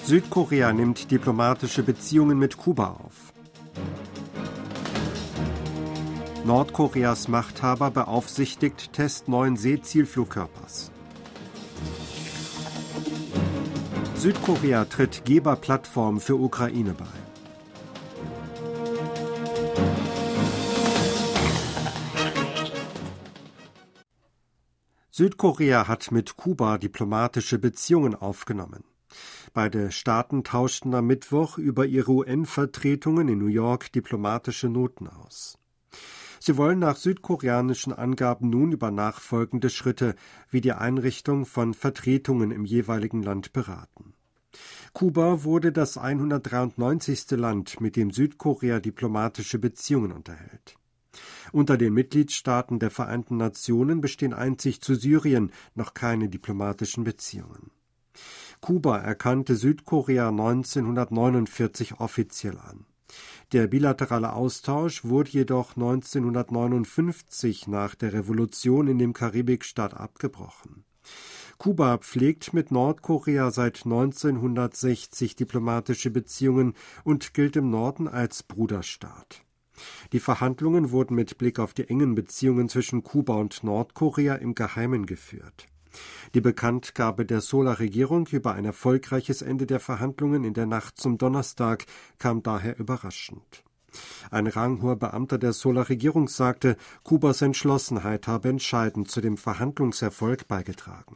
Südkorea nimmt diplomatische Beziehungen mit Kuba auf. Nordkoreas Machthaber beaufsichtigt Test neuen Seezielflugkörpers. Südkorea tritt Geberplattform für Ukraine bei. Südkorea hat mit Kuba diplomatische Beziehungen aufgenommen. Beide Staaten tauschten am Mittwoch über ihre UN-Vertretungen in New York diplomatische Noten aus. Sie wollen nach südkoreanischen Angaben nun über nachfolgende Schritte wie die Einrichtung von Vertretungen im jeweiligen Land beraten. Kuba wurde das 193. Land, mit dem Südkorea diplomatische Beziehungen unterhält. Unter den Mitgliedstaaten der Vereinten Nationen bestehen einzig zu Syrien noch keine diplomatischen Beziehungen. Kuba erkannte Südkorea 1949 offiziell an. Der bilaterale Austausch wurde jedoch 1959 nach der Revolution in dem Karibikstaat abgebrochen. Kuba pflegt mit Nordkorea seit 1960 diplomatische Beziehungen und gilt im Norden als Bruderstaat. Die Verhandlungen wurden mit Blick auf die engen Beziehungen zwischen Kuba und Nordkorea im Geheimen geführt. Die Bekanntgabe der Sola-Regierung über ein erfolgreiches Ende der Verhandlungen in der Nacht zum Donnerstag kam daher überraschend. Ein ranghoher Beamter der Sola-Regierung sagte, Kubas Entschlossenheit habe entscheidend zu dem Verhandlungserfolg beigetragen.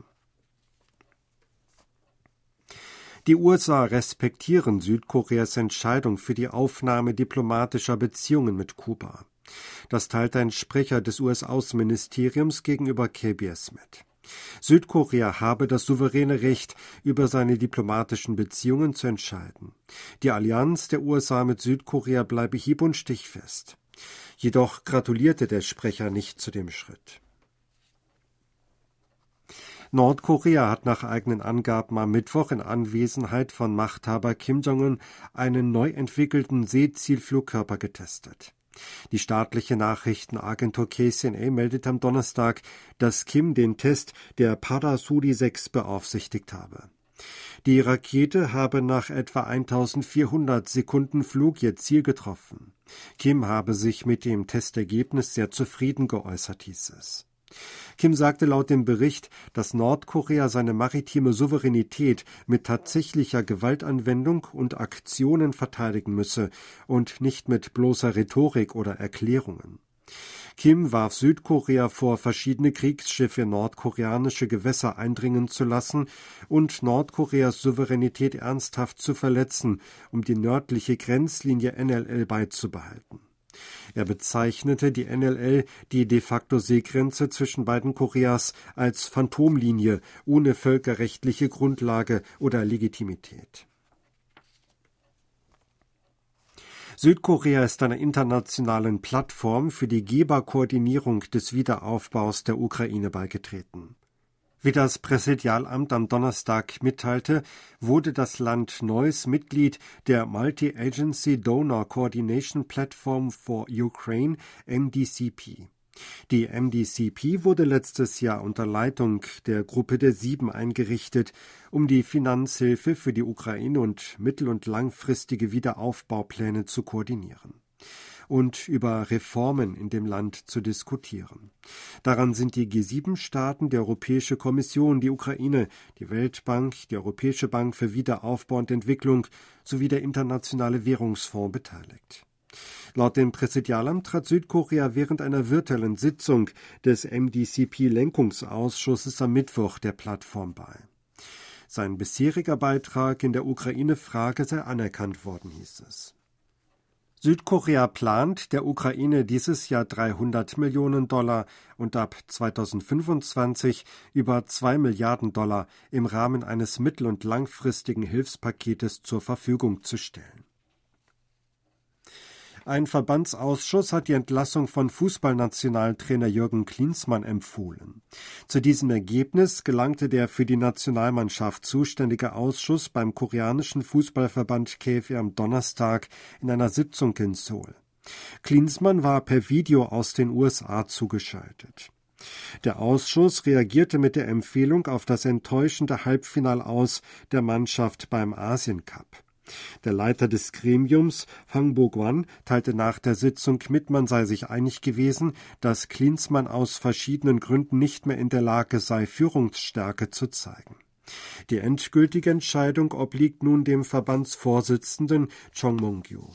Die USA respektieren Südkoreas Entscheidung für die Aufnahme diplomatischer Beziehungen mit Kuba. Das teilte ein Sprecher des US-Außenministeriums gegenüber KBS mit. Südkorea habe das souveräne Recht, über seine diplomatischen Beziehungen zu entscheiden. Die Allianz der USA mit Südkorea bleibe hieb- und stichfest. Jedoch gratulierte der Sprecher nicht zu dem Schritt. Nordkorea hat nach eigenen Angaben am Mittwoch in Anwesenheit von Machthaber Kim Jong-un einen neu entwickelten Seezielflugkörper getestet. Die staatliche Nachrichtenagentur KCNA meldet am Donnerstag, dass Kim den Test der Parasuri 6 beaufsichtigt habe. Die Rakete habe nach etwa 1400 Sekunden Flug ihr Ziel getroffen. Kim habe sich mit dem Testergebnis sehr zufrieden geäußert, hieß es. Kim sagte laut dem Bericht, dass Nordkorea seine maritime Souveränität mit tatsächlicher Gewaltanwendung und Aktionen verteidigen müsse und nicht mit bloßer Rhetorik oder Erklärungen. Kim warf Südkorea vor, verschiedene Kriegsschiffe in nordkoreanische Gewässer eindringen zu lassen und Nordkoreas Souveränität ernsthaft zu verletzen, um die nördliche Grenzlinie NLL beizubehalten. Er bezeichnete die NLL, die de facto Seegrenze zwischen beiden Koreas, als Phantomlinie ohne völkerrechtliche Grundlage oder Legitimität. Südkorea ist einer internationalen Plattform für die Geberkoordinierung des Wiederaufbaus der Ukraine beigetreten. Wie das Präsidialamt am Donnerstag mitteilte, wurde das Land neues Mitglied der Multi-Agency Donor Coordination Platform for Ukraine, MDCP. Die MDCP wurde letztes Jahr unter Leitung der Gruppe der Sieben eingerichtet, um die Finanzhilfe für die Ukraine und mittel- und langfristige Wiederaufbaupläne zu koordinieren und über Reformen in dem Land zu diskutieren. Daran sind die G7-Staaten, die Europäische Kommission, die Ukraine, die Weltbank, die Europäische Bank für Wiederaufbau und Entwicklung sowie der Internationale Währungsfonds beteiligt. Laut dem Präsidialamt trat Südkorea während einer virtuellen Sitzung des MDCP-Lenkungsausschusses am Mittwoch der Plattform bei. Sein bisheriger Beitrag in der Ukraine-Frage sei anerkannt worden, hieß es. Südkorea plant, der Ukraine dieses Jahr $300 Millionen und ab 2025 über $2 Milliarden im Rahmen eines mittel- und langfristigen Hilfspaketes zur Verfügung zu stellen. Ein Verbandsausschuss hat die Entlassung von Fußballnationaltrainer Jürgen Klinsmann empfohlen. Zu diesem Ergebnis gelangte der für die Nationalmannschaft zuständige Ausschuss beim koreanischen Fußballverband KFR am Donnerstag in einer Sitzung in Seoul. Klinsmann war per Video aus den USA zugeschaltet. Der Ausschuss reagierte mit der Empfehlung auf das enttäuschende Halbfinal-Aus der Mannschaft beim Asien-Cup. Der Leiter des Gremiums, Phang Bo-Gwan, teilte nach der Sitzung mit, man sei sich einig gewesen, dass Klinsmann aus verschiedenen Gründen nicht mehr in der Lage sei, Führungsstärke zu zeigen. Die endgültige Entscheidung obliegt nun dem Verbandsvorsitzenden Chong Mong-gyu.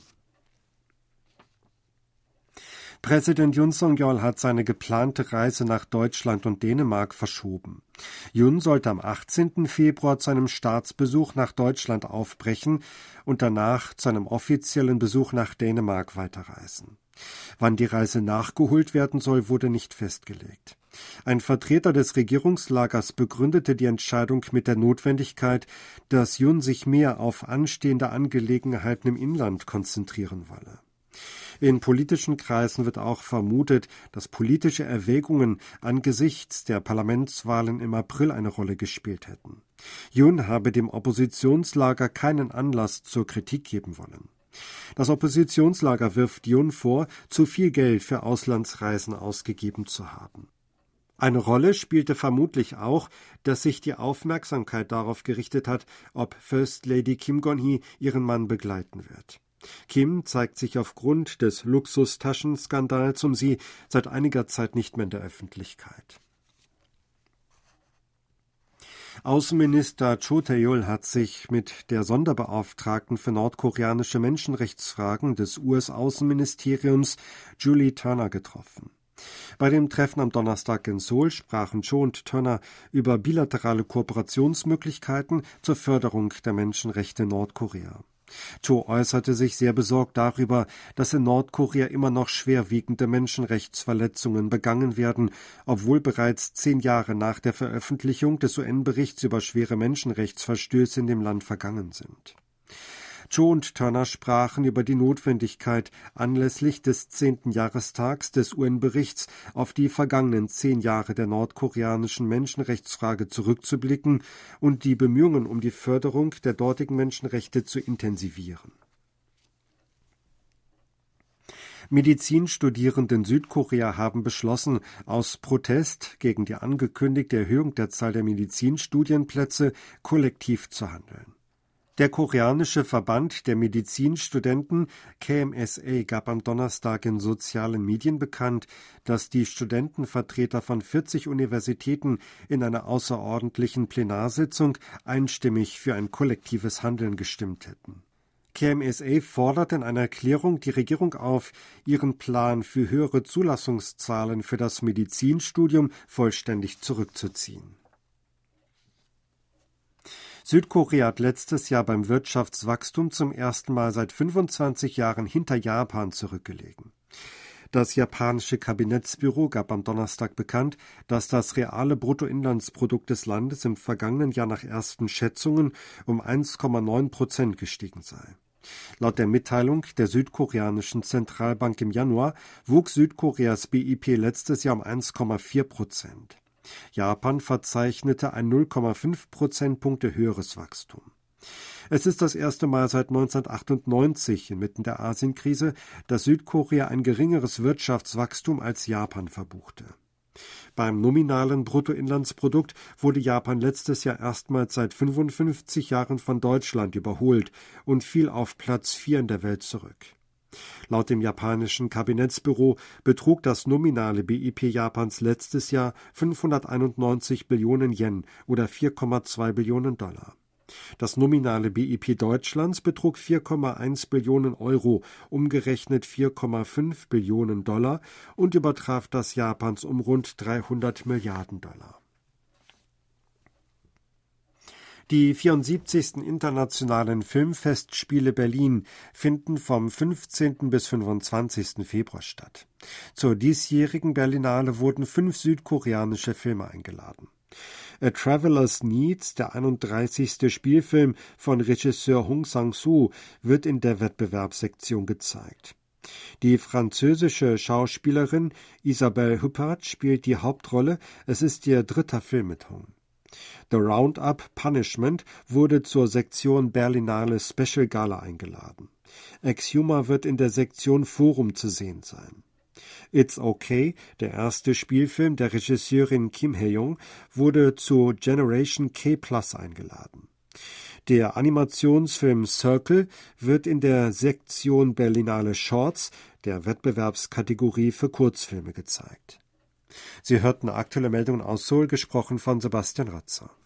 Präsident Yoon Song-yeol hat seine geplante Reise nach Deutschland und Dänemark verschoben. Yoon sollte am 18. Februar zu einem Staatsbesuch nach Deutschland aufbrechen und danach zu einem offiziellen Besuch nach Dänemark weiterreisen. Wann die Reise nachgeholt werden soll, wurde nicht festgelegt. Ein Vertreter des Regierungslagers begründete die Entscheidung mit der Notwendigkeit, dass Yoon sich mehr auf anstehende Angelegenheiten im Inland konzentrieren wolle. In politischen Kreisen wird auch vermutet, dass politische Erwägungen angesichts der Parlamentswahlen im April eine Rolle gespielt hätten. Yoon habe dem Oppositionslager keinen Anlass zur Kritik geben wollen. Das Oppositionslager wirft Yoon vor, zu viel Geld für Auslandsreisen ausgegeben zu haben. Eine Rolle spielte vermutlich auch, dass sich die Aufmerksamkeit darauf gerichtet hat, ob First Lady Kim Gon-hee ihren Mann begleiten wird. Kim zeigt sich aufgrund des Luxustaschenskandals um sie seit einiger Zeit nicht mehr in der Öffentlichkeit. Außenminister Cho Tae-yul hat sich mit der Sonderbeauftragten für nordkoreanische Menschenrechtsfragen des US-Außenministeriums Julie Turner getroffen. Bei dem Treffen am Donnerstag in Seoul sprachen Cho und Turner über bilaterale Kooperationsmöglichkeiten zur Förderung der Menschenrechte in Nordkorea. Cho äußerte sich sehr besorgt darüber, dass in Nordkorea immer noch schwerwiegende Menschenrechtsverletzungen begangen werden, obwohl bereits 10 Jahre nach der Veröffentlichung des UN-Berichts über schwere Menschenrechtsverstöße in dem Land vergangen sind. Cho und Turner sprachen über die Notwendigkeit, anlässlich des 10. Jahrestags des UN-Berichts auf die vergangenen 10 Jahre der nordkoreanischen Menschenrechtsfrage zurückzublicken und die Bemühungen um die Förderung der dortigen Menschenrechte zu intensivieren. Medizinstudierende in Südkorea haben beschlossen, aus Protest gegen die angekündigte Erhöhung der Zahl der Medizinstudienplätze kollektiv zu handeln. Der koreanische Verband der Medizinstudenten KMSA gab am Donnerstag in sozialen Medien bekannt, dass die Studentenvertreter von 40 Universitäten in einer außerordentlichen Plenarsitzung einstimmig für ein kollektives Handeln gestimmt hätten. KMSA fordert in einer Erklärung die Regierung auf, ihren Plan für höhere Zulassungszahlen für das Medizinstudium vollständig zurückzuziehen. Südkorea hat letztes Jahr beim Wirtschaftswachstum zum ersten Mal seit 25 Jahren hinter Japan zurückgelegen. Das japanische Kabinettsbüro gab am Donnerstag bekannt, dass das reale Bruttoinlandsprodukt des Landes im vergangenen Jahr nach ersten Schätzungen um 1,9% gestiegen sei. Laut der Mitteilung der südkoreanischen Zentralbank im Januar wuchs Südkoreas BIP letztes Jahr um 1,4%. Japan verzeichnete ein 0,5 Prozentpunkte höheres Wachstum. Es ist das erste Mal seit 1998 inmitten der Asienkrise, dass Südkorea ein geringeres Wirtschaftswachstum als Japan verbuchte. Beim nominalen Bruttoinlandsprodukt wurde Japan letztes Jahr erstmals seit 55 Jahren von Deutschland überholt und fiel auf Platz 4 in der Welt zurück. Laut dem japanischen Kabinettsbüro betrug das nominale BIP Japans letztes Jahr 591 Billionen Yen oder 4,2 Billionen Dollar. Das nominale BIP Deutschlands betrug 4,1 Billionen Euro, umgerechnet 4,5 Billionen Dollar und übertraf das Japans um rund 300 Milliarden Dollar. Die 74. Internationalen Filmfestspiele Berlin finden vom 15. bis 25. Februar statt. Zur diesjährigen Berlinale wurden 5 südkoreanische Filme eingeladen. A Traveler's Needs, der 31. Spielfilm von Regisseur Hong Sang-soo, wird in der Wettbewerbssektion gezeigt. Die französische Schauspielerin Isabelle Huppert spielt die Hauptrolle. Es ist ihr 3. Film mit Hong. The Roundup Punishment wurde zur Sektion Berlinale Special Gala eingeladen. Exhumer wird in der Sektion Forum zu sehen sein. It's Okay, der erste Spielfilm der Regisseurin Kim Hae-young, wurde zu Generation K+ eingeladen. Der Animationsfilm Circle wird in der Sektion Berlinale Shorts, der Wettbewerbskategorie für Kurzfilme, gezeigt. Sie hörten aktuelle Meldungen aus Seoul, gesprochen von Sebastian Ratzer.